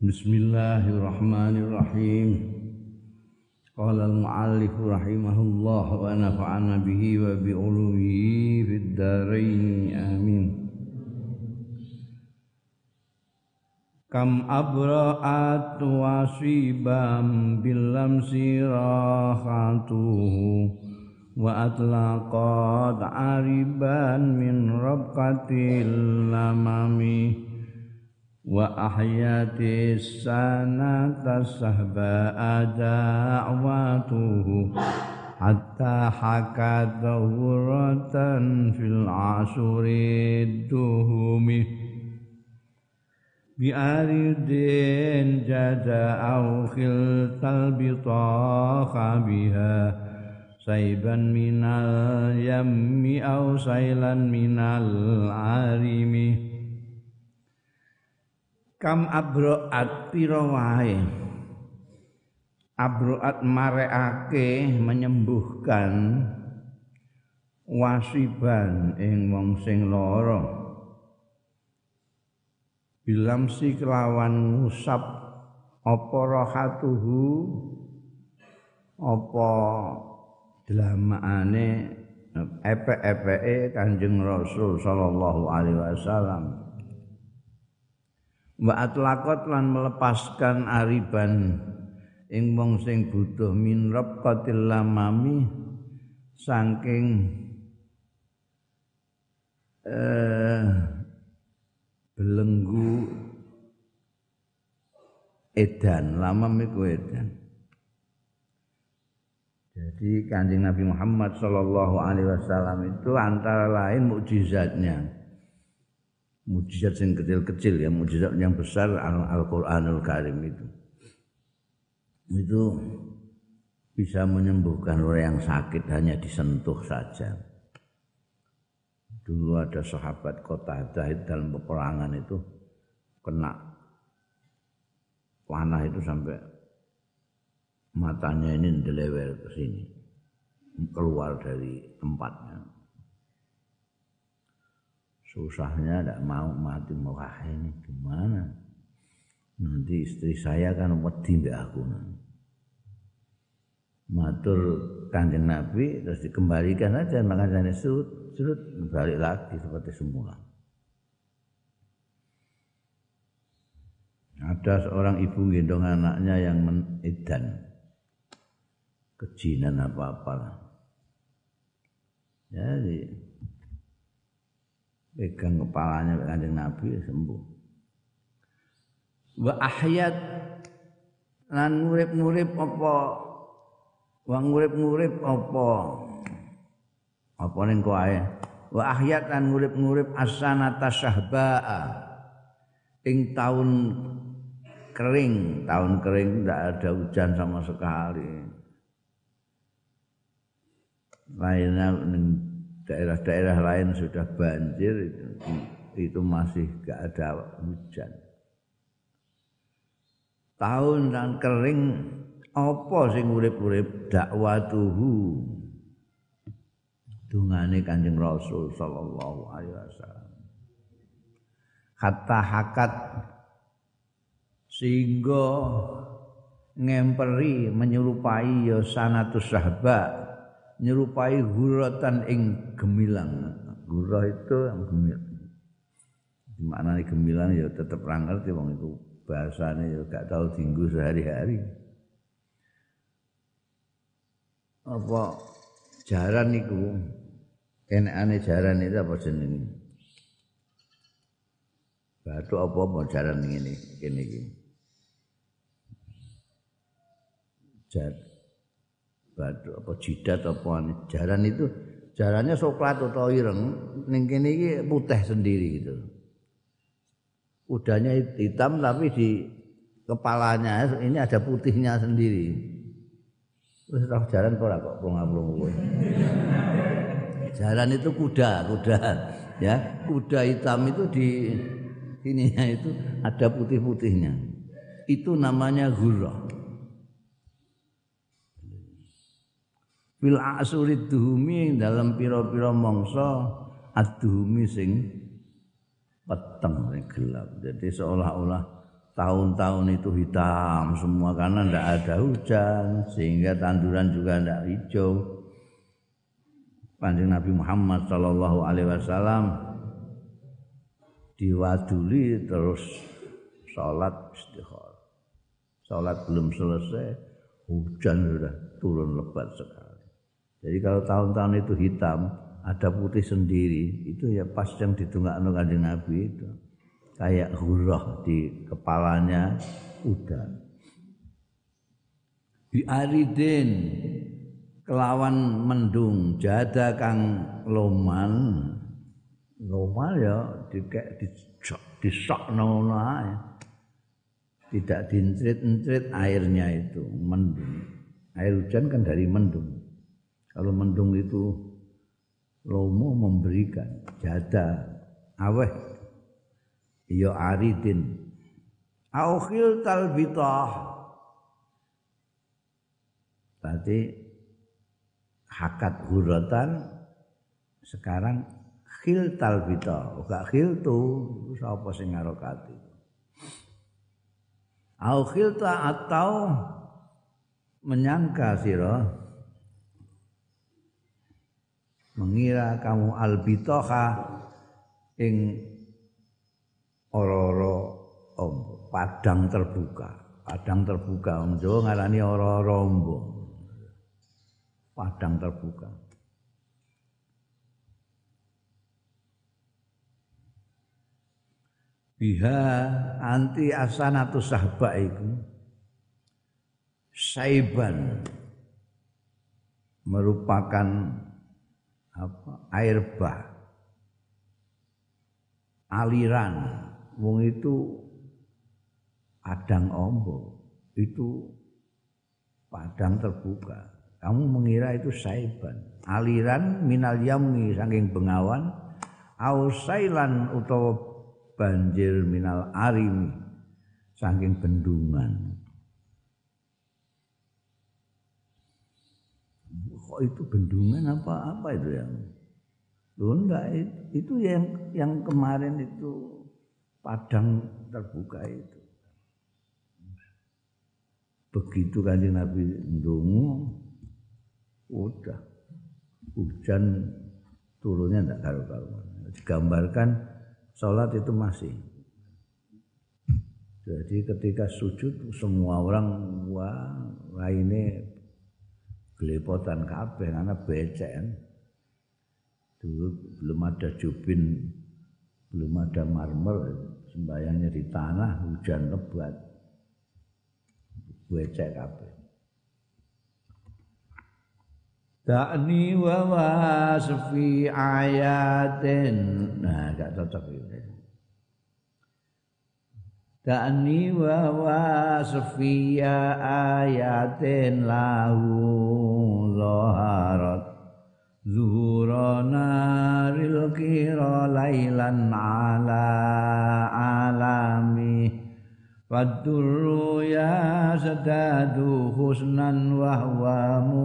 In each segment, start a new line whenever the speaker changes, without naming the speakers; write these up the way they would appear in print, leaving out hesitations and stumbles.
Bismillahirrahmanirrahim. Qala al-mu'allif rahimahullah wa nafa'ana bihi wa bi ulumihi fid dharain amin. Kam abra'at wasibam bilam sirahatuhu wa atlaqat ariban min rabqatil lamami wa ahyati sanata sahba da'watuhu hatta hakat dawratan fil asuri duhumi bi'aridin jada au khiltal bitaha biha saiban minal yammi au sailan minal arimi. Kam abro'at pira wae abro'at marekake menyembuhkan wasiban ing wong sing lara bilamsi kelawan ngusap apa rahatuhu apa dlamane epek-epeke Kanjeng Rasul sallallahu alaihi wasallam. Wa atlaqat lan melepaskan ariban ing wong sing butuh min rabqatil lamami saking belenggu edan. Lamam iku edan. Jadi Kanjeng Nabi Muhammad sallallahu alaihi wasallam itu antara lain mukjizatnya, mukjizat yang kecil-kecil ya, mukjizat yang besar Al-Qur'anul Karim itu bisa menyembuhkan orang yang sakit hanya disentuh saja. Dulu ada sahabat Qatadah dalam peperangan itu kena panah itu sampai matanya ini ndelewer ke sini, keluar dari tempatnya. Susahnya tidak mau mati, wah ini gimana? Nanti istri saya kan wedi mbek aku. Matur Kanjeng Nabi terus dikembalikan aja, makanya surut balik lagi seperti semula. Ada seorang ibu gendong anaknya yang edan, kejinan apa-apa. Jadi pegang kepalanya Kanjeng Nabi sembuh. Wa ahyat lan ngurip-ngurip apa? Wa ngurip-ngurip apa? Apa ning kowe ae? Wa ahyat lan ngurip-ngurip asanata syahba'a ing tahun kering tidak ada hujan sama sekali. Lainnya daerah-daerah lain sudah banjir, itu masih gak ada hujan. Tahun dan kering apa sing urip-urip dakwatuhu dungane Kanjeng Rasul sallallahu alaihi wasallam. Hatta hakat sehingga ngemperi menyerupai ya sanatus sahaba, nyerupai guratan ing gemilang. Gurah itu yang gemil. Maknane gemilang ya tetep ra ngerti wong iku bahasane ya gak tau dienggo sehari-hari. Apa jaran niku enekane jaran itu apa jenenge? Batu apa jaran ngene kene iki. Batu apa jidat apa jaran itu, jarannya coklat atau ireng, ning kene iki putih sendiri gitu. Udahnya hitam tapi di kepalanya ini ada putihnya sendiri. Wis roh jaran ora kok plong-plong kowe. Jaran itu kuda ya. Kuda hitam itu di ininya itu ada putih-putihnya. Itu namanya ghurrah. Fil asurid duhumi dalam pira-pira mangsa ad-duhumi sing peteng sing gelap. Jadi seolah-olah tahun-tahun itu hitam semua karena tidak ada hujan sehingga tanduran juga tidak hijau. Kanjeng Nabi Muhammad sallallahu alaihi wasallam diwaduli terus salat istikharah. Salat belum selesai hujan sudah turun lebat sekali. Jadi kalau tahun-tahun itu hitam ada putih sendiri itu ya pas yang didongakno Kanjeng Nabi itu kayak hurrah di kepalanya udan. Bi aridin kelawan mendung jada kang loman ya disokno ngono ae. Tidak diencrit-encrit airnya itu mendung. Air hujan kan dari mendung. Kalau mendung itu lomo memberikan jada aweh ya aridin aukhil talbitah berarti hakat huratan sekarang khil talbitah gak khil tu sapa sing ngarokati aukhil ta atau menyangka sira mengira kamu albitoha ing ora-ora padang terbuka wong Jawa ngarani ora-ora ombo padang terbuka biha anti asanatu sahba iku saiban merupakan air bah aliran wong itu padang ombo itu padang terbuka kamu mengira itu saiban aliran minal yammi saking bengawan ausailan utawa banjir minal arimi saking bendungan kok itu bendungan apa itu yang loh enggak itu yang kemarin itu padang terbuka itu begitu Kanjeng Nabi ndonga udah hujan turunnya enggak karu-karuan digambarkan salat itu masih jadi ketika sujud semua orang wah raine gelepotan kabeh karena becek kan. Dulu belum ada jubin, belum ada marmer, sembayangnya di tanah, hujan lebat. Becek kabeh. Da'ni wa wasfi ayatin. Nah, gak cocok ini. Da'ni wa wasfi ayatin lahu zaharat zuhurana ril kira lailan ala alami fadurru ya sadadu husnan wa huwa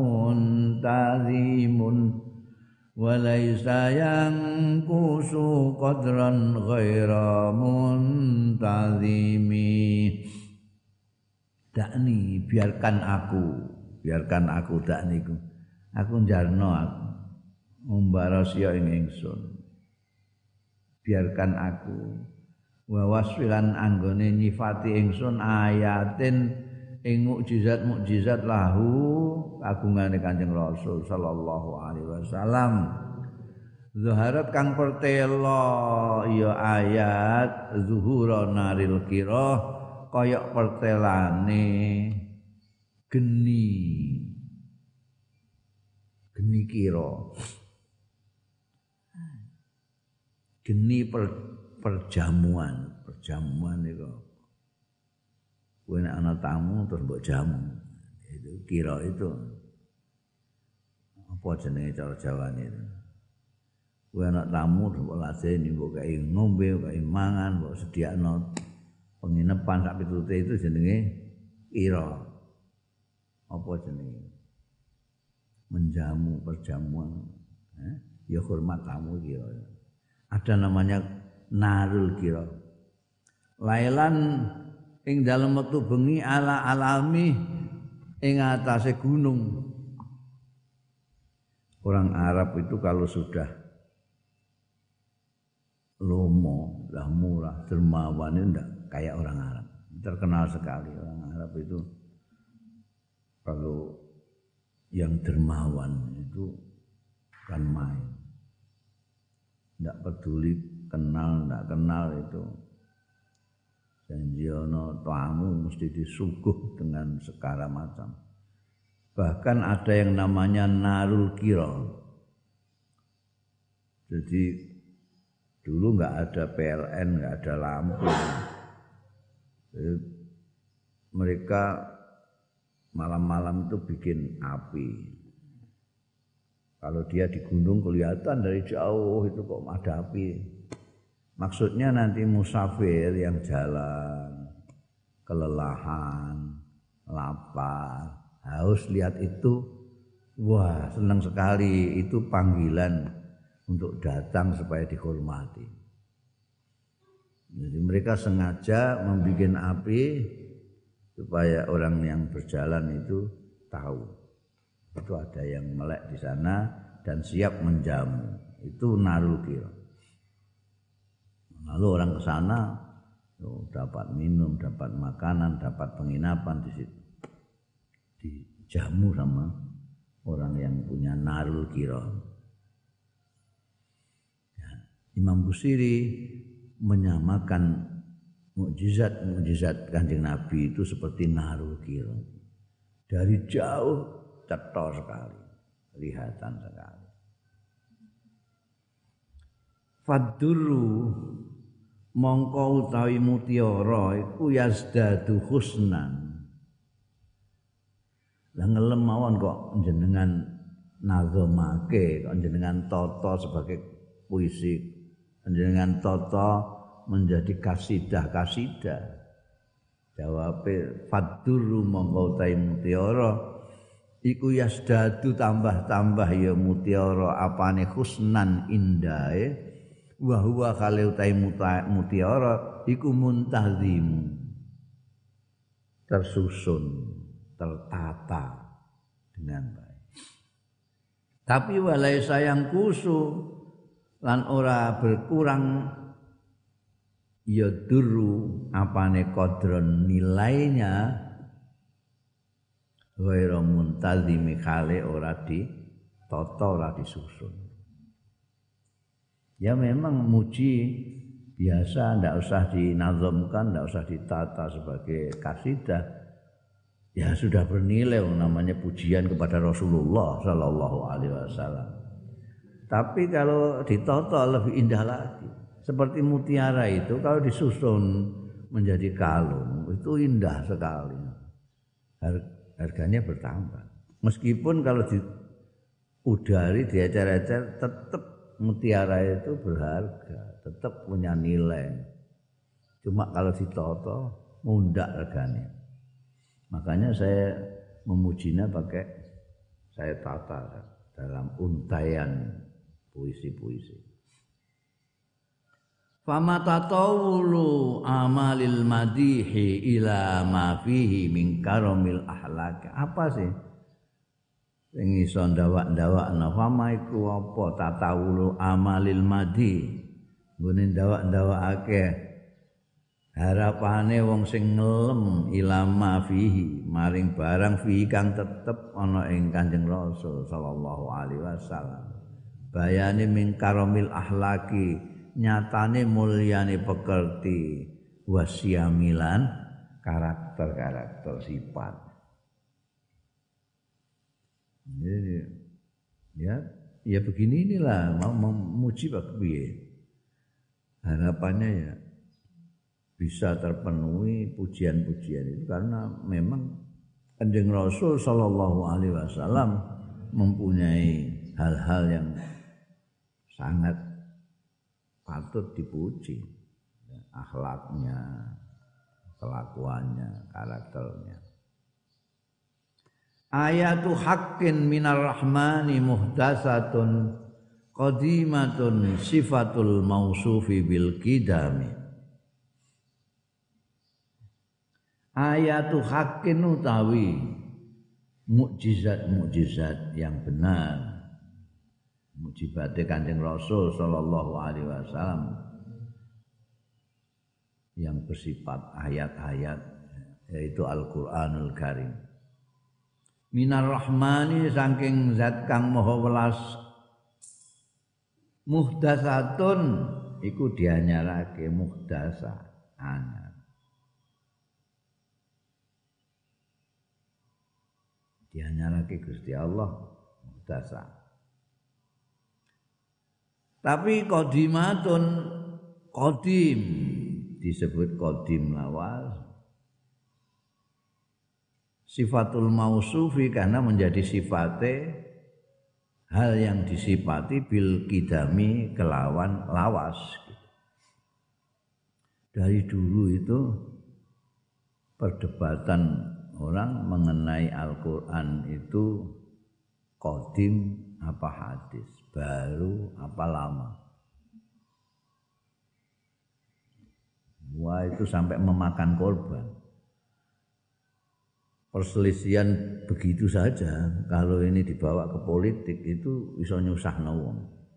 muntazimun walaysa yang kusu qadran ghaira muntazimi dakni biarkan aku dakniku aku njarno aku umbarasya ing ingsun biarkan aku wa wasfilan anggone nyifati ingsun ayatin ing mukjizat lahu kagungane Kanjeng Rasul sallallahu alaihi wasallam zaharat kang pertela ya ayat zuhura naril kira kaya pertelane geni kira geni perjamuan itu kowe nek ana tamu terus mbok jamu itu kira itu apa jenenge cara Jawane itu kowe ana tamu terus mbok ladeni mbok kei ngombe kei mangan mbok sediakno penginepan sak pitute itu jenenge kira apa jenenge menjamu perjamuan ya hormat tamu kira ada namanya narul kira lailan ing dalem wektu bengi ala alami ing atase gunung. Orang Arab itu kalau sudah lomo, lah murah, dermawan itu enggak kayak orang Arab. Terkenal sekali orang Arab itu kalau yang dermawan itu kan main. Enggak peduli kenal enggak kenal itu. Janjiono tamu mesti disuguh dengan segala macam. Bahkan ada yang namanya narul kiro. Jadi dulu nggak ada PLN, nggak ada lampu. Jadi, mereka malam-malam itu bikin api. Kalau dia di gunung kelihatan dari jauh itu kok ada api. Maksudnya nanti musafir yang jalan kelelahan, lapar, haus lihat itu, wah senang sekali, itu panggilan untuk datang supaya dihormati. Jadi mereka sengaja membuat api supaya orang yang berjalan itu tahu itu ada yang melek di sana dan siap menjamu. Itu narul kiro. Lalu orang ke sana dapat minum, dapat makanan, dapat penginapan di situ. Dijamu sama orang yang punya narul kiro. Ya, Imam Busiri menyamakan mukjizat Kanjeng Nabi itu seperti narul kiro. Dari jauh cetor sekali, kelihatan sekali. Faduru mongko utawi mutiara iku yazdadu husnan. Lah ngelem mawon kok jenengan nazomake, kok jenengan tata sebagai puisi, jenengan tata menjadi kasidah-kasidah. Jawabe faduru mongko utawi mutiara iku yazdadu tambah-tambah ya mutiara apane husnan indahe wa huwa khale utawi mutiara iku muntazim tersusun tertata dengan baik. Tapi walai sayang kusu lan ora berkurang ya duru apane kodron nilainya ghairu muntazimi khale ora ditata ora disusun. Ya memang muji biasa ndak usah dinazamkan, ndak usah ditata sebagai kasidah. Ya sudah bernilai namanya pujian kepada Rasulullah sallallahu alaihi wasallam. Tapi kalau ditata lebih indah lagi. Seperti mutiara itu kalau disusun menjadi kalung itu indah sekali. Harganya bertambah. Meskipun kalau diudari diecer-ecer tetap mutiara itu berharga, tetap punya nilai. Cuma kalau ditata mundak harganya. Makanya saya memujinya pakai saya tata dalam untaian puisi-puisi. Fama tatawulu amalil madihi ila ma fihi min karamil ahlak. Apa sih sing iso ndawak-ndawakna fama iku apa tatawulu amalil madi. Nggone ndawak-ndawakake harapane wong sing ngelem ilama fihi maring barang fihi kang tetep ana ing Kanjeng Rasul sallallahu alaihi wasallam. Bayane min karamil ahlaki nyatane mulyane pekerti wasiamilan karakter-karakter sifat. Jadi ya begini inilah mau memuji Pak piye. Harapannya ya bisa terpenuhi pujian-pujian itu karena memang Kanjeng Rasul sallallahu alaihi wasallam mempunyai hal-hal yang sangat patut dipuji, akhlaknya, kelakuannya, karakternya. Ayatu haqqin minar rahmani muhdatsatun qadimatun sifatul mausufi bil qidami. ayatu haqqin utawi mukjizat-mukjizat yang benar, mujibate Kanjeng Rasul sallallahu alaihi wasallam yang bersifat ayat-ayat, yaitu Al-Qur'anul Karim. Minar Rahmani saking zat kang maha welas, muhdatsatun iku dianyarake muhdasa anyar. Dianyarake Gusti Allah muhdasa. Tapi qadimatun, qadim disebut qadim lawas. Sifatul mausufi karena menjadi sifate hal yang disifati bil kidami kelawan lawas. Dari dulu itu perdebatan orang mengenai Al-Qur'an itu qadim apa hadis, baru apa lama. Wah, itu sampai memakan korban. Perselisihan begitu saja kalau ini dibawa ke politik itu bisa nyusahno wong.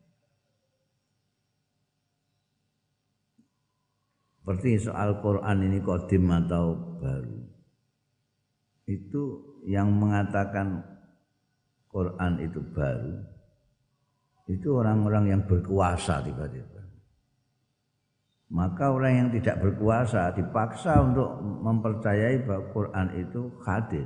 Seperti soal Quran ini qadim atau baru. Itu yang mengatakan Quran itu baru itu orang-orang yang berkuasa tiba-tiba. Maka orang yang tidak berkuasa dipaksa untuk mempercayai bahwa Quran itu hadis.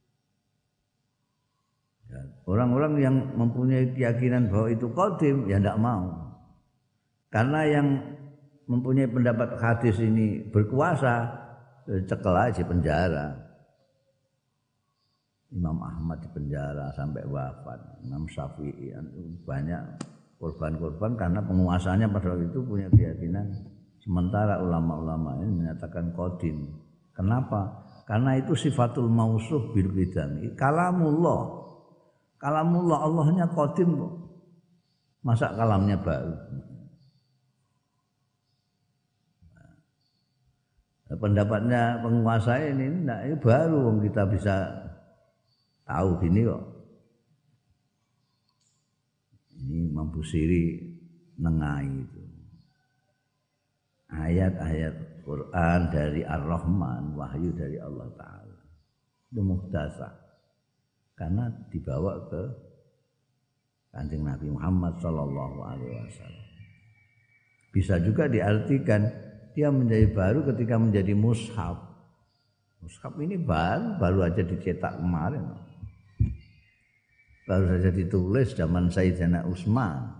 Orang-orang yang mempunyai keyakinan bahwa itu qadim ya tidak mau. Karena yang mempunyai pendapat hadis ini berkuasa, cekel aja penjara. Imam Ahmad di penjara sampai wafat, Imam Syafi'i, banyak korban-korban karena penguasanya pada waktu itu punya keyakinan. Sementara ulama-ulama ini menyatakan qadim. Kenapa? Karena itu sifatul mausuh bil qidam. Kalamullah. Kalamullah, Allahnya qadim kok. Masa kalamnya baru? Pendapatnya penguasa ini baru wong kita bisa tahu gini kok. Ini mampu siri nengai itu. Ayat-ayat Quran dari Ar-Rahman, wahyu dari Allah Ta'ala. Itu muhdasa. Karena dibawa ke Kanjeng Nabi Muhammad sallallahu alaihi wasallam. Bisa juga diartikan dia menjadi baru ketika menjadi mushaf. Mushaf ini baru aja dicetak kemarin. Baru saja ditulis zaman Sayyidina Utsman.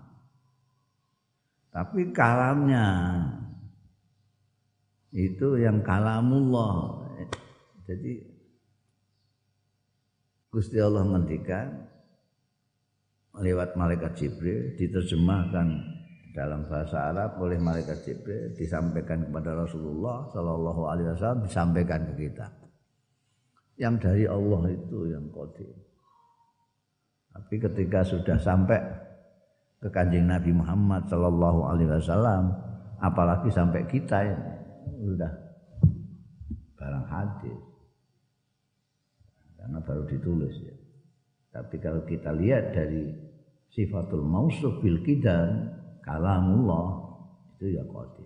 Tapi kalamnya itu yang kalamullah. Jadi Gusti Allah ngendikan lewat malaikat Jibril, diterjemahkan dalam bahasa Arab oleh malaikat Jibril, disampaikan kepada Rasulullah sallallahu alaihi wasallam, disampaikan ke kita. Yang dari Allah itu yang qadim. Tapi ketika sudah sampai ke Kanjeng Nabi Muhammad sallallahu alaihi wasallam, apalagi sampai kita ya, sudah barang hadis karena baru ditulis ya. Tapi kalau kita lihat dari sifatul mausuf bil qidam, kalamullah itu ya qadim.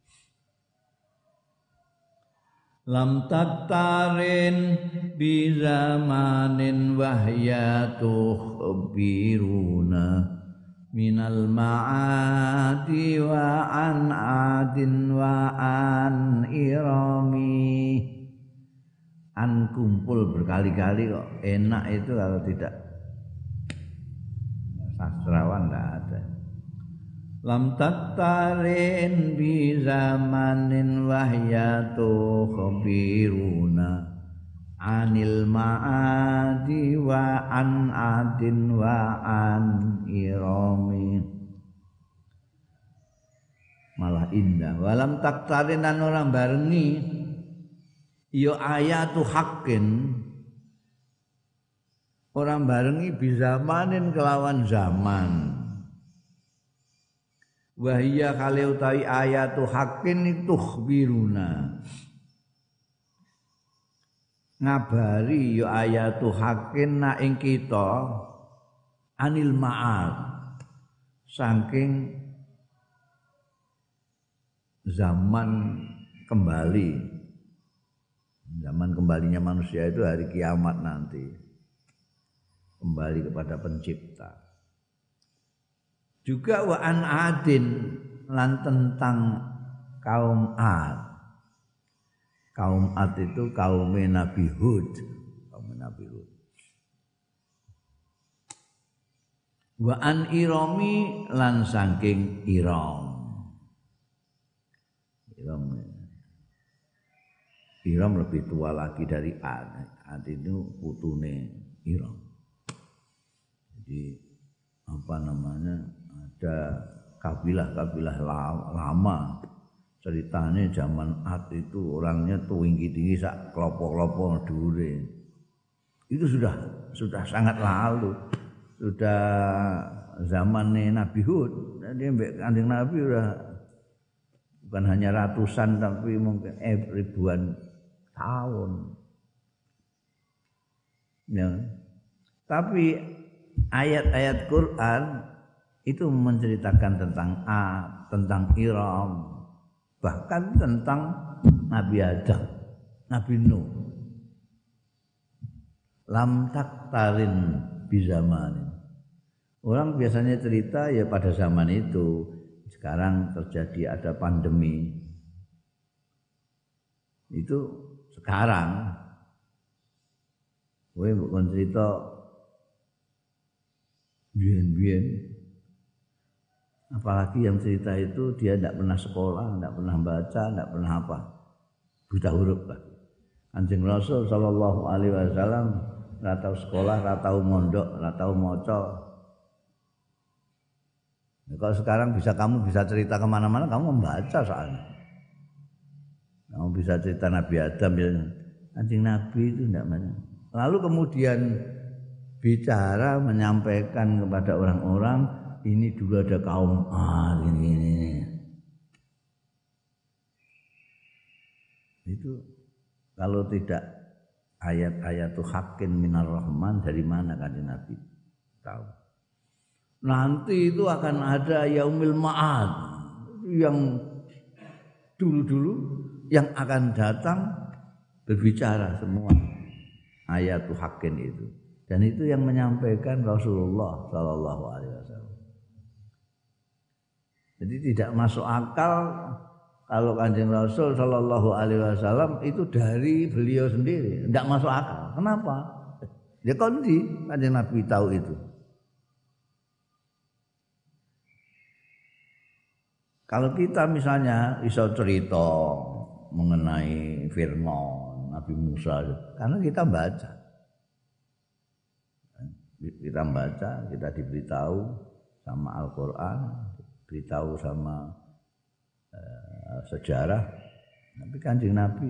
Lam taktarin bi zamanin wahyatuh biruna minal ma'adi wa an adin wa an irami. An kumpul berkali-kali kok, enak itu kalau tidak sastrawan tidak ada. Lam taktarin bi zamanin wahyatu khabiruna anil ma'adi wa an adin wa an irami. Malah indah. Walam taktarin dan orang barengi ya ayatu haqqin, orang barengi bizamanin kelawan zaman. Wahia kali utawi ayatu haqqin itu khbiruna, ngabari ya ayatu hakin na ing kita anil ma'ad saking zaman kembalinya manusia itu hari kiamat nanti, kembali kepada pencipta. Juga wa an adin lan tentang kaum Ad. Kaum Ad itu kaum Nabi Hud, Wa an Irami lan saking Iram. Iram lebih tua lagi dari Ad. Ad itu putune Iram. Jadi ada kabilah-kabilah lama. Ceritanya zaman Ad itu orangnya tuh tinggi-tinggi sak kelompok-kelompok dhuwure. Itu sudah sangat lalu. Sudah zamannya Nabi Hud. Jadi Kanjeng Nabi udah bukan hanya ratusan tapi mungkin ribuan tahun. Ya. Tapi ayat-ayat Quran itu menceritakan tentang Ad, tentang Iram, bahkan tentang Nabi Adam, Nabi Nuh. Lam taktarin bizamanin. Orang biasanya cerita ya pada zaman itu. Sekarang terjadi ada pandemi. Itu sekarang. Kowe bukan cerita biyen-biyen. Apalagi yang cerita itu dia tidak pernah sekolah, tidak pernah baca, tidak pernah apa. Buta huruf lah. Kanjeng Rasul sallallahu alaihi wasallam ora tau sekolah, ora tau mondok, ora tau maca. Nah, kalau sekarang kamu bisa cerita kemana-mana, kamu membaca soalnya. Kamu bisa cerita Nabi Adam, ya. Kanjeng Nabi itu tidak banyak. Lalu kemudian bicara menyampaikan kepada orang-orang, ini dulu ada kaum ini. Itu kalau tidak ayat-ayatu haqqin minar rahman, dari mana Kanjeng Nabi tahu? Nanti itu akan ada yaumil ma'ad yang dulu-dulu yang akan datang berbicara semua ayatu haqqin itu. Dan itu yang menyampaikan Rasulullah sallallahu alaihi wasallam. Jadi tidak masuk akal kalau Kanjeng Rasul sallallahu alaihi wasallam itu dari beliau sendiri, tidak masuk akal. Kenapa? Ya kondi Kanjeng Nabi tahu itu. Kalau kita misalnya iso cerita mengenai firman Nabi Musa, karena kita baca. Kita baca, kita diberitahu sama Al-Quran, beritahu sama sejarah, tapi Kanjeng Nabi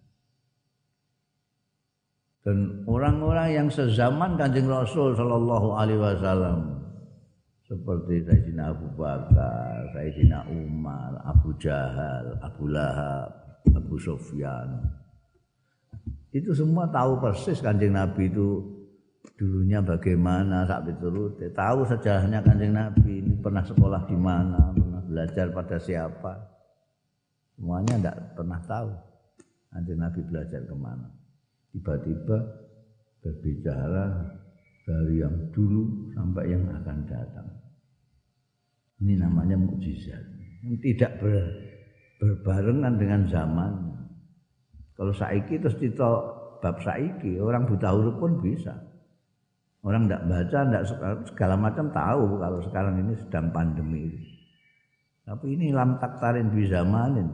dan orang-orang yang sezaman Kanjeng Rasul sallallahu alaihi wasallam seperti Sayyidina Abu Bakar, Sayyidina Umar, Abu Jahal, Abu Lahab, Abu Sufyan, itu semua tahu persis Kanjeng Nabi itu dulunya bagaimana, sak piturut, tahu sejarahnya Kanjeng Nabi, ini pernah sekolah di mana, pernah belajar pada siapa. Semuanya tidak pernah tahu Kanjeng Nabi belajar kemana. Tiba-tiba berbicara dari yang dulu sampai yang akan datang. Ini namanya mukjizat. Tidak berbarengan dengan zaman. Kalau saiki terus kita bab saiki, orang buta huruf pun bisa. Orang tidak baca, tidak segala macam tahu kalau sekarang ini sedang pandemi. Tapi ini lam taktarin bizamanin.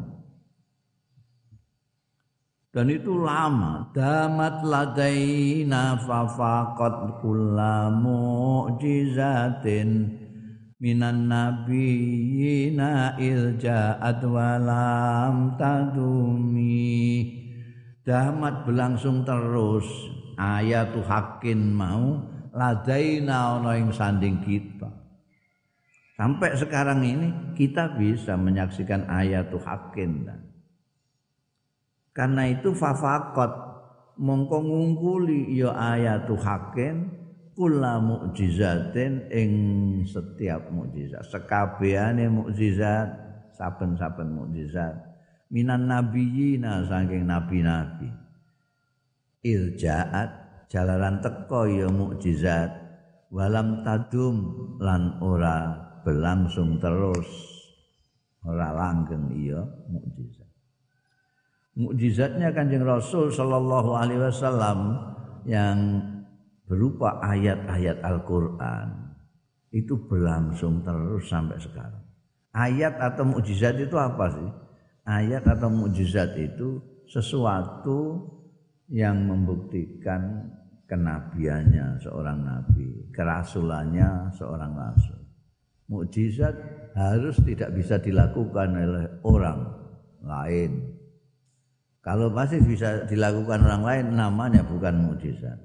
Dan itu lama. Damat ladaina fafaqat kulla mu'jizatin minan nabiyina ilja'at walam tadumi. Damat berlangsung terus ayatu haqqin mau ladaina ana ing sanding kita. Sampai sekarang ini kita bisa menyaksikan ayatu haqqin. Karena itu fafaqat mongko ngungkuli ya ayatu hakin kula mukjizatin ing setiap mukjizat sekabehane mukjizat saben-saben mukjizat minan nabiyina saking nabi-nabi iljaat jalaran teko ya mukjizat walam tadum lan ora berlangsung terus ora langgeng iya mukjizat. Mukjizatnya Kanjeng Rasul sallallahu alaihi wasallam yang berupa ayat-ayat Al-Qur'an itu berlangsung terus sampai sekarang. Ayat atau mukjizat itu apa sih? Ayat atau mukjizat itu sesuatu yang membuktikan kenabiannya seorang nabi, kerasulannya seorang rasul. Mukjizat harus tidak bisa dilakukan oleh orang lain. Kalau masih bisa dilakukan orang lain namanya bukan mukjizat.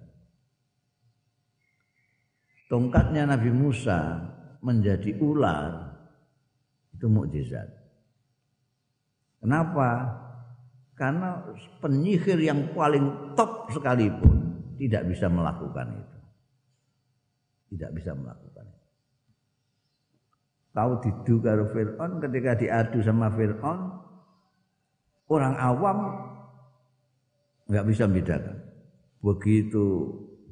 Tongkatnya Nabi Musa menjadi ular itu mukjizat. Kenapa? Karena penyihir yang paling top sekalipun tidak bisa melakukan itu. Tidak bisa melakukan itu. Tahu didu karo Fir'aun ketika diadu sama Fir'aun, orang awam enggak bisa membedakan. Begitu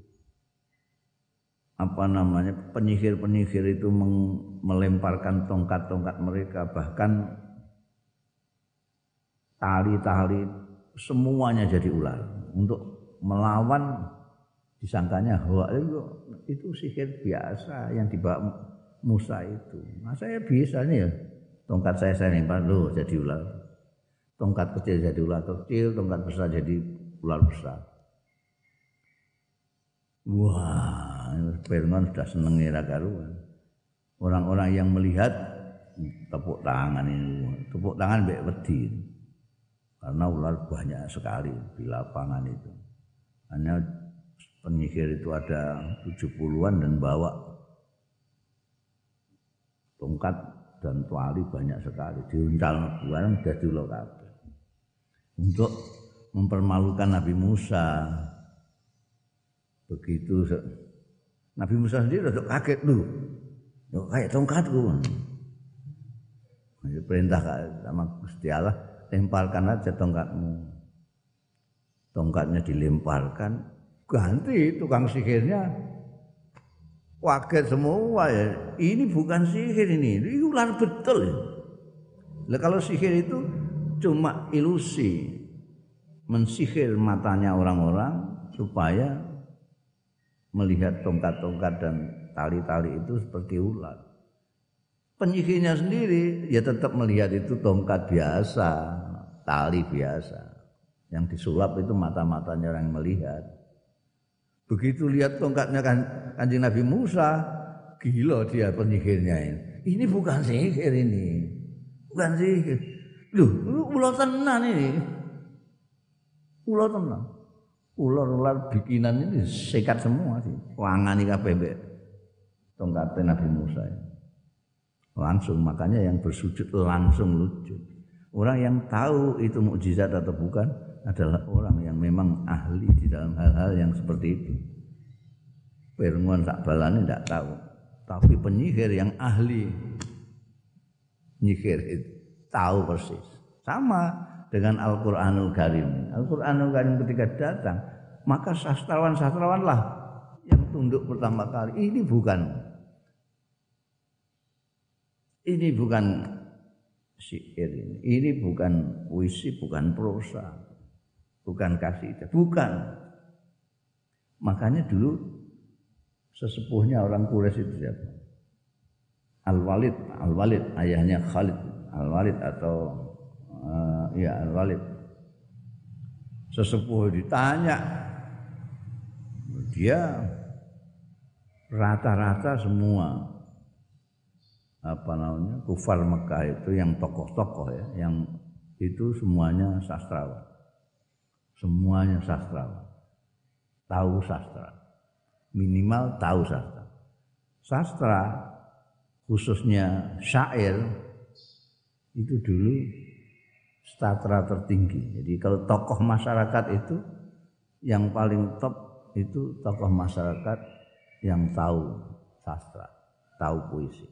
penyihir-penyihir itu melemparkan tongkat-tongkat mereka, bahkan tali-tali semuanya jadi ular untuk melawan disangkanya itu sihir biasa yang dibawa Musa itu. Nah saya biasanya ya tongkat saya lempar jadi ular. Tongkat kecil jadi ular kecil, tongkat besar jadi ular besar. Wah, Fir'aun sudah seneng ora karuan. Orang-orang yang melihat tepuk tangan ini, tepuk tangan mbek wedi. Karena ular banyak sekali di lapangan itu. Hanya penyihir itu ada 70-an dan bawa tongkat dan tali banyak sekali. Diuncal barang dadi ular kabeh. Untuk mempermalukan Nabi Musa. Begitu Nabi Musa sendiri udah kaget loh. Kayak tongkatku. Perintah sama Gusti Allah, lemparkan aja tongkatmu. Tongkatnya dilemparkan, ganti tukang sihirnya. Kaget semua ya. Ini bukan sihir ini ular betul. Lah kalau sihir itu cuma ilusi, mensihir matanya orang-orang supaya melihat tongkat-tongkat dan tali-tali itu seperti ular. Penyihirnya sendiri ya tetap melihat itu tongkat biasa, tali biasa. Yang disulap itu mata-matanya orang melihat. Begitu lihat tongkatnya Kanjeng Nabi Musa, gila dia penyihirnya ini. Ini bukan sihir ini. Bukan sihir. Loh, ular tenan ini. Ular tenan. Ular-ular bikinan ini sekat semua sih. Wangani kabeh mbek tongkatnya Nabi Musa. Langsung, makanya yang bersujud langsung lujud. Orang yang tahu itu mukjizat atau bukan adalah orang yang memang ahli di dalam hal-hal yang seperti itu. Firman sak balane tidak tahu, tapi penyihir yang ahli nyihir itu tahu persis. Sama dengan Al-Qur'anul Karim. Al-Qur'anul Karim ketika datang, maka sastrawan-sastrawan lah yang tunduk pertama kali. Ini bukan syair ini. Ini bukan puisi, bukan prosa, bukan kasidah, bukan. Makanya dulu sesepuhnya orang Quraisy itu siapa? Al-Walid, ayahnya Khalid. Al-Walid atau Al-Walid. Sesepuh ditanya, dia rata-rata semua kufar Mekah itu yang tokoh-tokoh ya, yang itu semuanya sastrawan. Semuanya sastrawan. Tahu sastra. Minimal tahu sastra. Sastra khususnya syair itu dulu sastra tertinggi. Jadi kalau tokoh masyarakat itu yang paling top itu tokoh masyarakat yang tahu sastra, tahu puisi.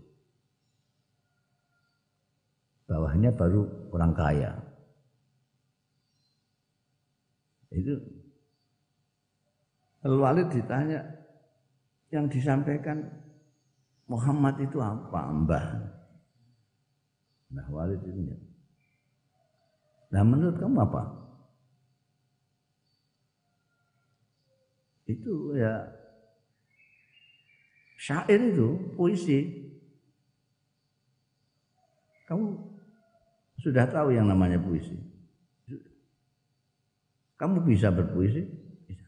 Bawahnya baru orang kaya. Itu Al-Walid ditanya, yang disampaikan Muhammad itu apa, Mbah? Nah, Walid itu. Nah, menurut kamu apa? Itu ya syair itu, puisi. Kamu sudah tahu yang namanya puisi. Kamu bisa berpuisi? Bisa.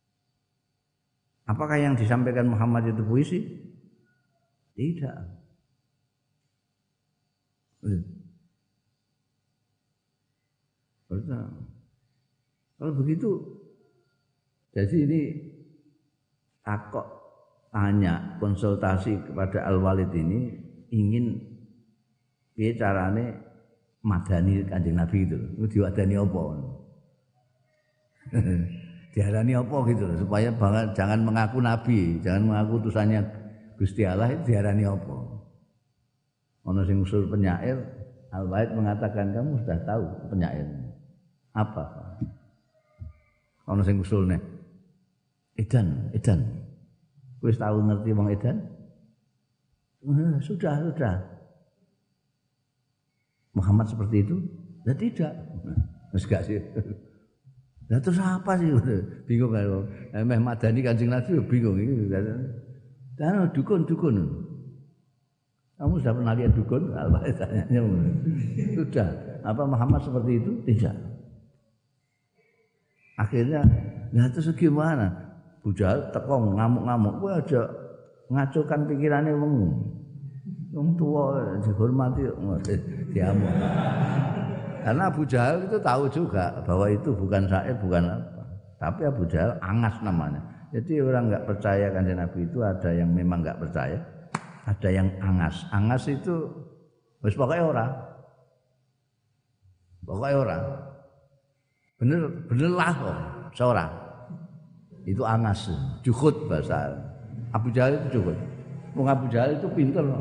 Apakah yang disampaikan Muhammad itu puisi? Tidak. Kalau begitu, jadi ini takok tanya konsultasi kepada Al-Walid ini ingin piye carane madani Kanjeng Nabi itu. Diwadani apa? Diarani apa gitu supaya jangan mengaku nabi, jangan mengaku utusannya Gusti Allah, itu diarani apa? Ono sing usul penyair, Al-Walid mengatakan kamu sudah tahu penyair apa? Ono sing usulne edan. Wis tahu ngerti wong edan? Sudah. Muhammad seperti itu? Ya tidak. Wis gak sih. Lah terus apa sih? Bingung kan. Meh madani Kanjeng Nabi bingung iki. Dan dukun. Kamu sudah pernah lihat dukun? Tanyanya. Sudah. Apa Muhammad seperti itu? Tidak. Akhirnya, nah terus gimana? Abu Jahal teko ngamuk-ngamuk. Kowe aja ngacokan pikirane wong tua dihormati diamuk. Karena Abu Jahal itu tahu juga bahwa itu bukan syair, bukan apa. Tapi Abu Jahal angas namanya. Jadi orang enggak percaya Kanjeng Nabi itu ada yang memang enggak percaya, ada yang angas. Angas itu wis pokoke ora. Bener lah kok, seorang. Itu angas, juhud bahasa. Abu Jahal itu juhud. Wong Abu Jahal itu pinter loh.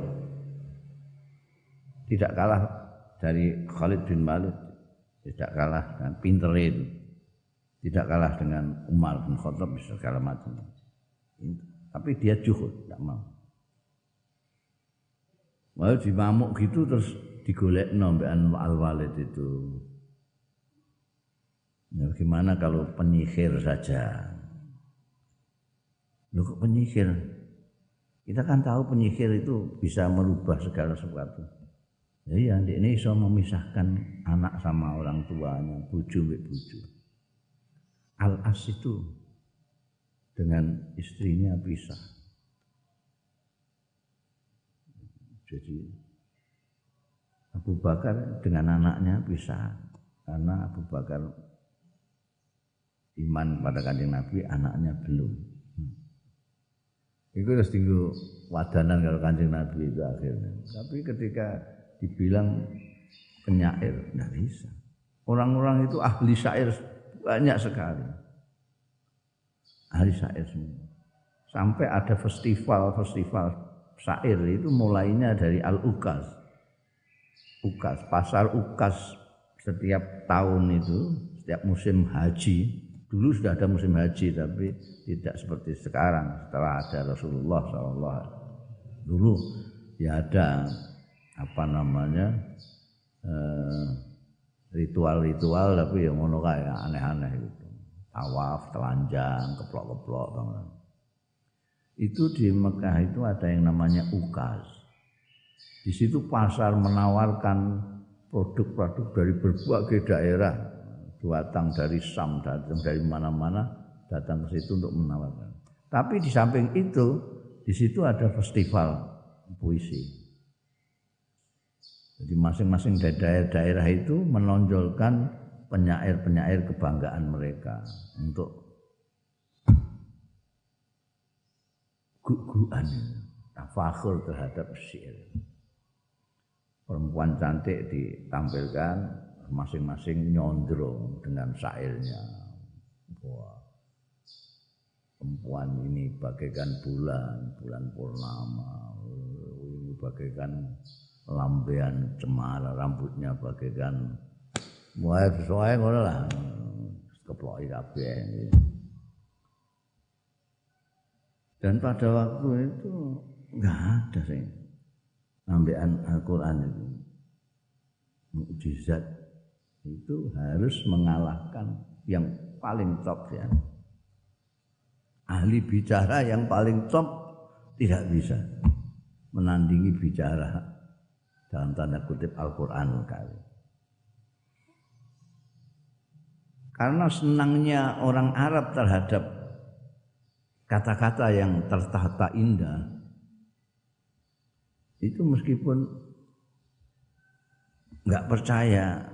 Tidak kalah dari Khalid bin Walid, tidak kalah dengan pinterin, tidak kalah dengan Umar bin Khattab, segala macam. Tapi dia juhud, tidak mau. Lalu dimamuk gitu terus digolekno mbek Al-Walid itu. Ya, gimana kalau penyihir saja? Loh kok penyihir? Kita kan tahu penyihir itu bisa merubah segala sesuatu. Ya, ini bisa memisahkan anak sama orang tuanya, bojo mbek bojo. Al-As itu dengan istrinya pisah. Jadi Abu Bakar dengan anaknya pisah karena Abu Bakar iman pada Kanjeng Nabi, anaknya belum. Itu harus tinggal wadanan kalau Kanjeng Nabi itu akhirnya. Tapi ketika dibilang penyair, tidak bisa. Orang-orang itu ahli syair banyak sekali. Ahli syair semua. Sampai ada festival syair itu mulainya dari Al-Ukaz. Pasar Ukaz setiap tahun itu, setiap musim haji. Dulu sudah ada musim haji tapi tidak seperti sekarang setelah ada Rasulullah SAW. Dulu ya ada ritual-ritual tapi yang ngono kayak aneh-aneh gitu. Tawaf, telanjang, keplok-keplok. Itu di Mekah itu ada yang namanya Ukaz. Di situ pasar menawarkan produk-produk dari berbagai daerah. Datang dari Sam, datang dari mana-mana, datang ke situ untuk menawarkan. Tapi di samping itu, di situ ada festival puisi. Jadi masing-masing daerah itu menonjolkan penyair-penyair kebanggaan mereka untuk guguan, tafakhur terhadap syair. Perempuan cantik ditampilkan masing-masing nyondro dengan syairnya. Wah, perempuan ini bagaikan bulan purnama, ini bagaikan lambean cemara, rambutnya bagaikan wae sesuai ngono lah. Keploki kabeh. Dan pada waktu itu enggak ada sih ambekan Al-Qur'an itu. Mukjizat itu harus mengalahkan yang paling top ya. Ahli bicara yang paling top tidak bisa menandingi bicara dalam tanda kutip Al-Qur'anul Karim. Karena senangnya orang Arab terhadap kata-kata yang tertata indah, itu meskipun nggak percaya,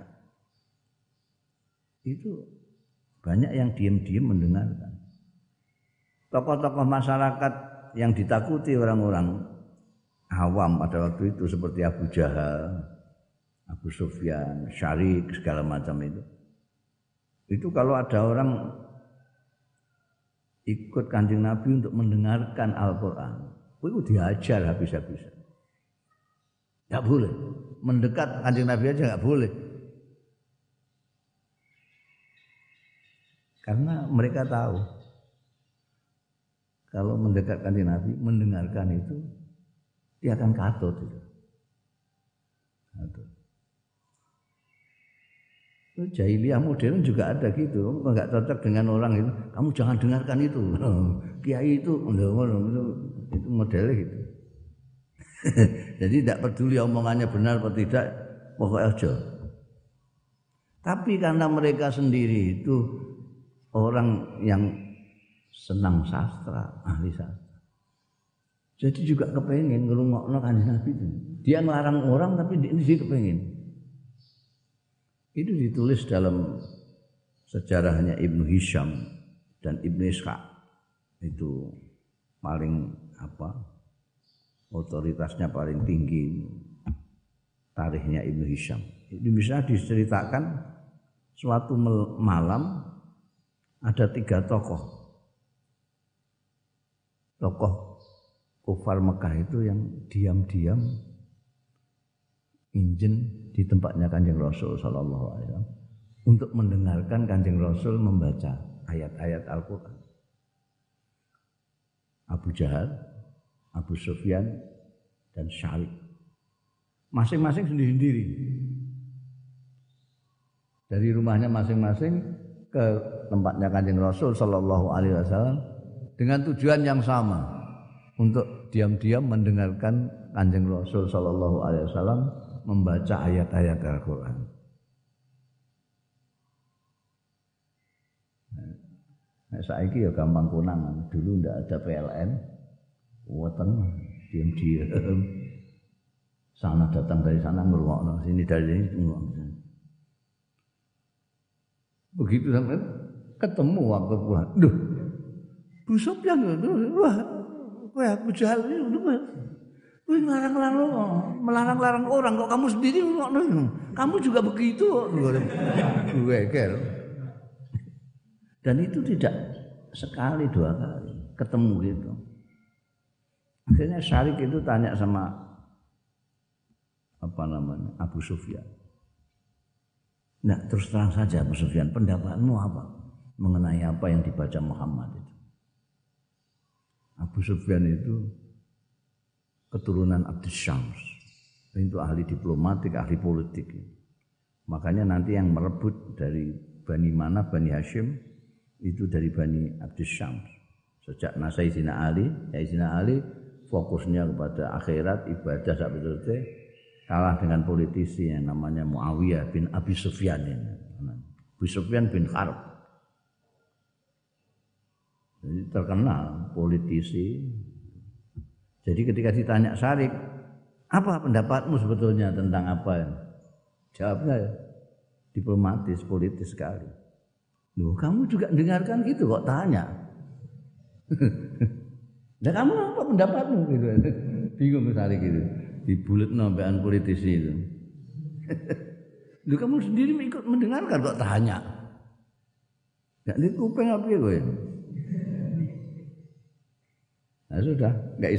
itu banyak yang diam-diam mendengarkan. Tokoh-tokoh masyarakat yang ditakuti orang-orang awam pada waktu itu seperti Abu Jahal, Abu Sufyan, Syarik, segala macam itu kalau ada orang ikut Kanjeng Nabi untuk mendengarkan Al-Quran, itu diajar habis-habisan. Tidak boleh mendekat Kanjeng Nabi aja, nggak boleh, karena mereka tahu kalau mendekat Kanjeng Nabi, mendengarkan itu dia akan katut itu. Jahiliyah modern juga ada gitu, enggak cocok dengan orang itu. Kamu jangan dengarkan itu. Kiai itu modelnya gitu. Jadi tidak peduli omongannya benar atau tidak, pokoknya aja. Tapi karena mereka sendiri itu orang yang senang sastra, ahli sastra, jadi juga kepengen ngrungokno Kanjeng Nabi itu. Dia ngelarang orang tapi dia kepengen. Itu ditulis dalam sejarahnya Ibnu Hisham dan Ibnu Ishaq. Itu paling otoritasnya paling tinggi tarikhnya Ibnu Hisham. Itu bisa diceritakan suatu malam ada 3 tokoh kufar Mekah itu yang diam-diam injen di tempatnya Kanjeng Rasul sallallahu alaihi wasallam untuk mendengarkan Kanjeng Rasul membaca ayat-ayat Al-Qur'an. Abu Jahal, Abu Sufyan dan Syarik. Masing-masing sendiri-sendiri. Dari rumahnya masing-masing ke tempatnya Kanjeng Rasul sallallahu alaihi wasallam dengan tujuan yang sama, untuk diam-diam mendengarkan Kanjeng Rasul sallallahu alaihi wasallam membaca ayat-ayat Al-Quran. Nah, saiki ya gampang konangan. Dulu ndak ada PLN, weteng diam-diam. Sana datang dari sana ngrungokno, sini dari sini ngrungokno. Begitu sampai ketemu waktu pulang. Duh, Bu Sofyan, wah, kowe Abu Jahal itu melarang orang kok kamu sendiri kamu juga begitu geger. Dan itu tidak sekali 2 kali ketemu gitu. Akhirnya Syarik itu tanya sama Abu Sufyan. Nah, terus terang saja Abu Sufyan, pendapatmu apa mengenai apa yang dibaca Muhammad itu? Abu Sufyan itu keturunan Abdus Syams, itu ahli diplomatik, ahli politik. Makanya nanti yang merebut dari Bani Manaf, Bani Hashim itu dari Bani Abdus Syams. Sejak Sayyidina Ali fokusnya kepada akhirat, ibadah sampai selesai, kalah dengan politisi yang namanya Muawiyah bin Abi Sufyan ini. Abu Sufyan bin Harb. Jadi terkenal politisi. Jadi ketika ditanya Syarik, apa pendapatmu sebetulnya tentang apa? Jawabnya diplomatis, politis sekali. Loh, kamu juga dengarkan gitu kok tanya. Nah, kamu apa pendapatmu gitu? Bingung Syarik gitu. Dibuletno mbekan politisi itu. Loh, kamu sendiri ikut mendengarkan kok tanya. Enggak di kuping apa kowe? sudah, nggak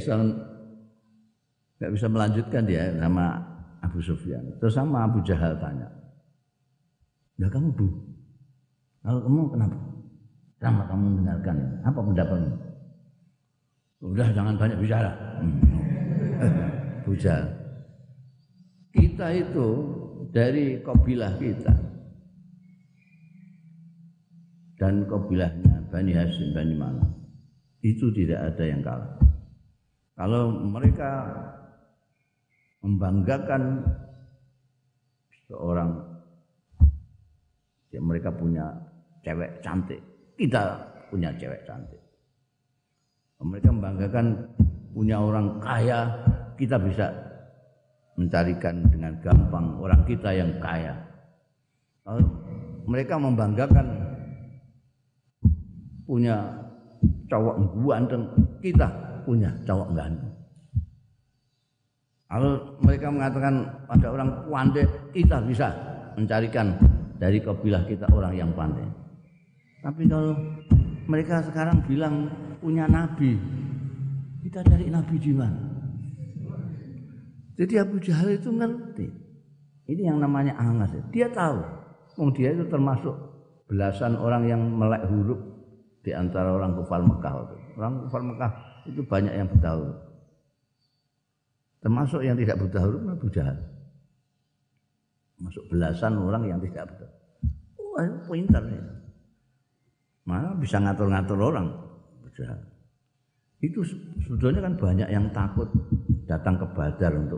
bisa melanjutkan dia sama Abu Sufyan. Terus sama Abu Jahal tanya, ya kamu Bu, kalau kamu kenapa? Kenapa kamu mendengarkan ini? Apa pendapatmu? Udah jangan banyak bicara. Abu Jahal. Kita itu dari kabilah kita dan kabilahnya Bani Hashim, Bani Manaf itu tidak ada yang kalah. Kalau mereka membanggakan seorang, ya mereka punya cewek cantik, kita punya cewek cantik. Mereka membanggakan punya orang kaya, kita bisa mencarikan dengan gampang orang kita yang kaya. Kalau mereka membanggakan punya cowok ganteng, kita punya cowok ganteng. Kalau mereka mengatakan ada orang pandai, kita bisa mencarikan dari kabilah kita orang yang pandai. Tapi kalau mereka sekarang bilang punya nabi, kita cari nabi di mana? Jadi Abu Jahal itu ngerti. Ini yang namanya angas. Dia tahu. Dia itu termasuk belasan orang yang melek huruf di antara orang kufar Mekah. Orang kufar Mekah itu banyak yang buta huruf. Termasuk yang tidak buta huruf Abu Jahal. Masuk belasan orang yang tidak buta. Wah, pintar ya. Mana bisa ngatur-ngatur orang. Abu Jahal. Itu sebetulnya kan banyak yang takut datang ke Badar untuk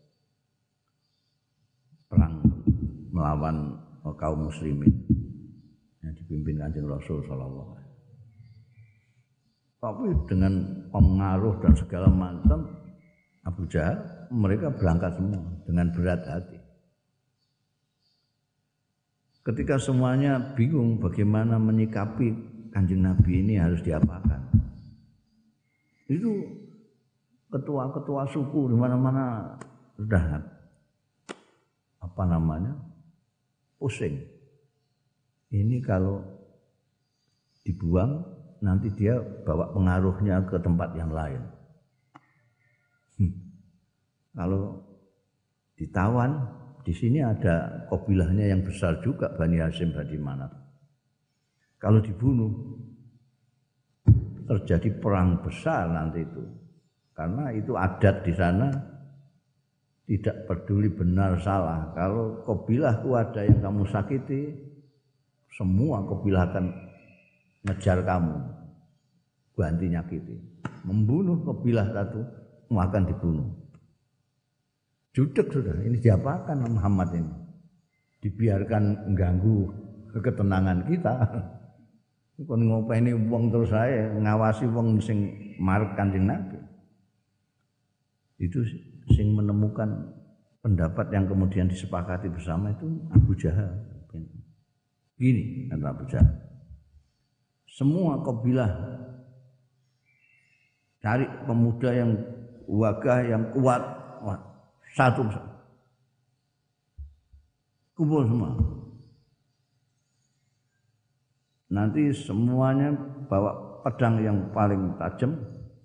perang melawan kaum muslimin yang dipimpin Kanjeng Rasul sallallahu alaihi wasallam. Tapi dengan pengaruh dan segala macam Abu Jahal, mereka berangkat semua dengan berat hati. Ketika semuanya bingung bagaimana menyikapi Kanjeng Nabi ini harus diapakan. Itu ketua-ketua suku di mana-mana sudah pusing. Ini kalau dibuang nanti dia bawa pengaruhnya ke tempat yang lain. Kalau ditawan, di sini ada kabilahnya yang besar juga, Bani Hashim, Bani Manaf. Kalau dibunuh, terjadi perang besar nanti itu. Karena itu adat di sana, tidak peduli benar salah. Kalau kabilahku ada yang kamu sakiti, semua kabilah akan ngejar kamu, ganti nyakiti. Membunuh kabilah satu, akan dibunuh. Judek sudah, ini diapakan Muhammad ini? Dibiarkan mengganggu ketenangan kita. Kon ngopeni wong terus saya ngawasi wong sing marep Kanjeng Nabi. Itu sing menemukan pendapat yang kemudian disepakati bersama itu Abu Jahal. Gini kata Abu Jahal. Semua kabilah cari pemuda yang wagah yang kuat, satu kumpul semua. Nanti semuanya bawa pedang yang paling tajam.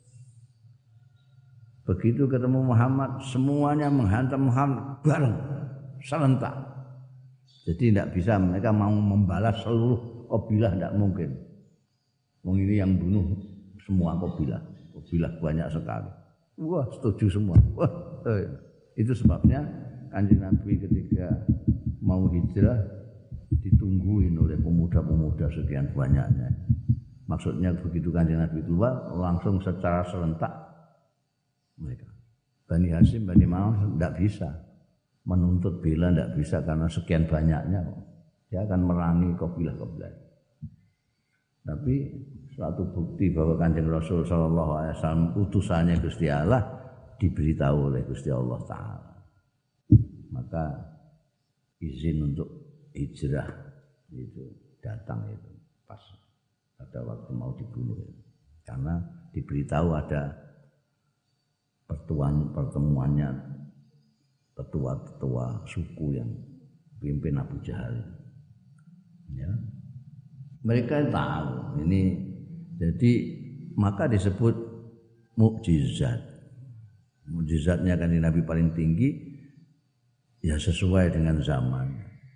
Begitu ketemu Muhammad, semuanya menghantam Muhammad bareng, serentak. Jadi tidak bisa, mereka mau membalas seluruh kabilah, tidak mungkin. Wong ini yang bunuh semua kabilah banyak sekali. Wah, setuju semua. Wah, itu sebabnya Kanjeng Nabi ketika mau hijrah ditungguin oleh pemuda-pemuda sekian banyaknya. Maksudnya begitu Kanjeng Nabi keluar, langsung secara serentak mereka. Bani Hashim, Bani Manaf tidak bisa menuntut bela, tidak bisa karena sekian banyaknya. Dia akan merangi kabilah-kabilah. Tapi suatu bukti bahwa Kanjeng Rasul sallallahu alaihi wasallam utusannya Gusti Allah diberitahu oleh Gusti Allah Ta'ala. Maka izin untuk hijrah itu datang itu pas pada waktu mau dibunuh itu. Karena diberitahu ada pertemuannya tetua-tetua suku yang pimpin Abu Jahal. Ya. Mereka tahu ini, jadi maka disebut mukjizat. Mukjizatnya kan Nabi paling tinggi ya sesuai dengan zaman.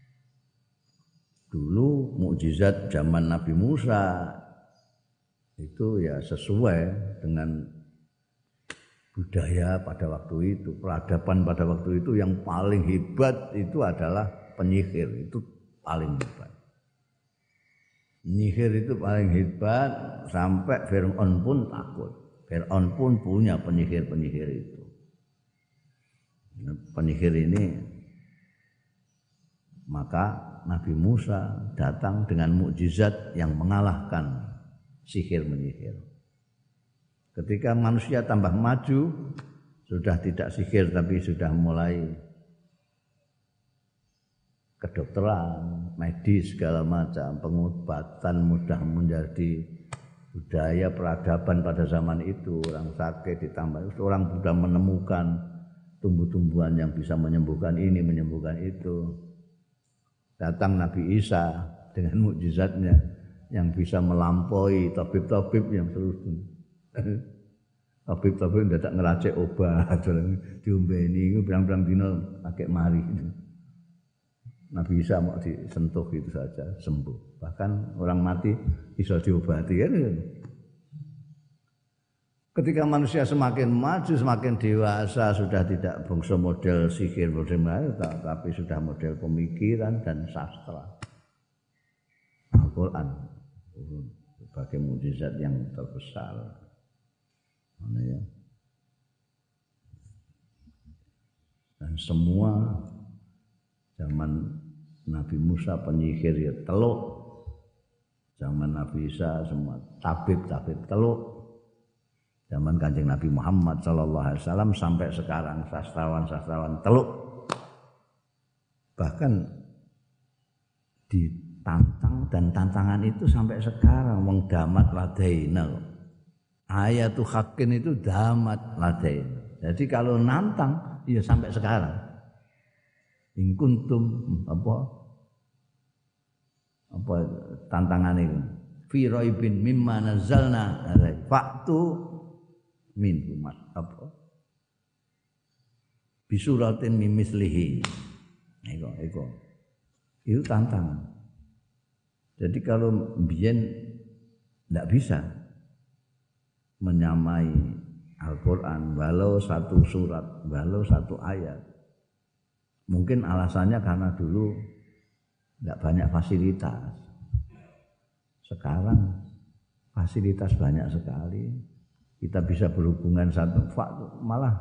Dulu mukjizat zaman Nabi Musa itu ya sesuai dengan budaya pada waktu itu, peradaban pada waktu itu. Yang paling hebat itu adalah penyihir, itu paling hebat. Penyihir itu paling hebat sampai Fir'aun pun takut. Fir'aun pun punya penyihir-penyihir itu. Penyihir ini, maka Nabi Musa datang dengan mukjizat yang mengalahkan sihir menyihir. Ketika manusia tambah maju, sudah tidak sihir tapi sudah mulai kedokteran, medis segala macam, pengobatan mudah menjadi budaya peradaban pada zaman itu. Orang sakit ditambah, orang sudah menemukan tumbuh-tumbuhan yang bisa menyembuhkan ini, menyembuhkan itu. Datang Nabi Isa dengan mukjizatnya yang bisa melampaui tabib-tabib yang seluruh. Tabib-tabib ndak ngeracik obat diombeni iku berang-berang dina pakai mari. Nabi Isa mau disentuh itu saja sembuh. Bahkan orang mati bisa diobati kan. Ketika manusia semakin maju, semakin dewasa, sudah tidak bangsa model sihir model tapi sudah model pemikiran dan sastra. Al-Qur'an sebagai mukjizat yang terbesar. Ya. Dan semua zaman Nabi Musa penyihir ya teluk, zaman Nabi Isa semua tabib-tabib teluk, zaman Kanjeng Nabi Muhammad sallallahu alaihi wasallam sampai sekarang sastrawan-sastrawan teluk. Bahkan ditantang dan tantangan itu sampai sekarang wong damat ladaina. Ayatul haqqin itu damat ladain. Jadi kalau nantang ya sampai sekarang. In kuntum apa tantangan itu. Fi raibin mimma nazzalna fa'tu minhum apa? Bisuratin mimislihi. Eko. Itu tantangan. Jadi kalau mbiyen enggak bisa menyamai Al-Quran walau satu surat, walau satu ayat. Mungkin alasannya karena dulu tidak banyak fasilitas. Sekarang fasilitas banyak sekali. Kita bisa berhubungan satu waktu. Malah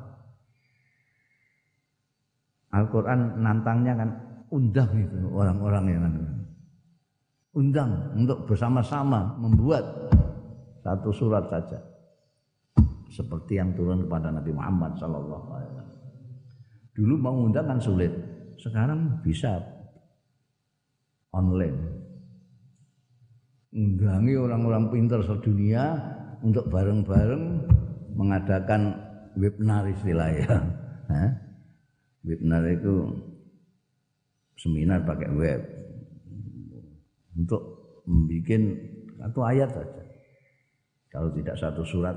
Al-Quran nantangnya kan undang itu orang-orang yang undang untuk bersama-sama membuat satu surat saja. Seperti yang turun kepada Nabi Muhammad sallallahu alaihi wasallam. Dulu mau undang kan sulit. Sekarang bisa online. Undangi orang-orang pintar sedunia untuk bareng-bareng mengadakan webinar istilahnya. Webinar itu seminar pakai web untuk membuat satu ayat saja. Kalau tidak satu surat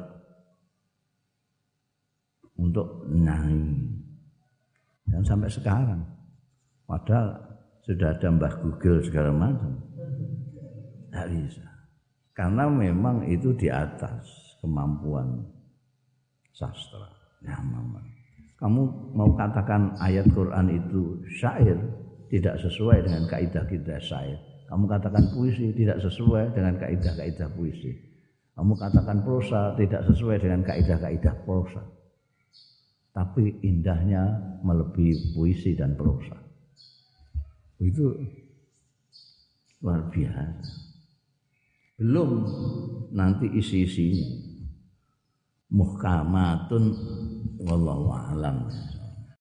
untuk nyanyi. Dan sampai sekarang padahal sudah ada Mbah Google segala macam. Tidak bisa. Karena memang itu di atas kemampuan sastra. Ya, memang. Kamu mau katakan ayat Quran itu syair, tidak sesuai dengan kaidah-kaidah syair. Kamu katakan puisi tidak sesuai dengan kaidah-kaidah puisi. Kamu katakan prosa tidak sesuai dengan kaidah-kaidah prosa. Tapi indahnya melebihi puisi dan prosa. Itu luar biasa. Belum nanti isi-isinya. Muhkamatun wallahu a'lam.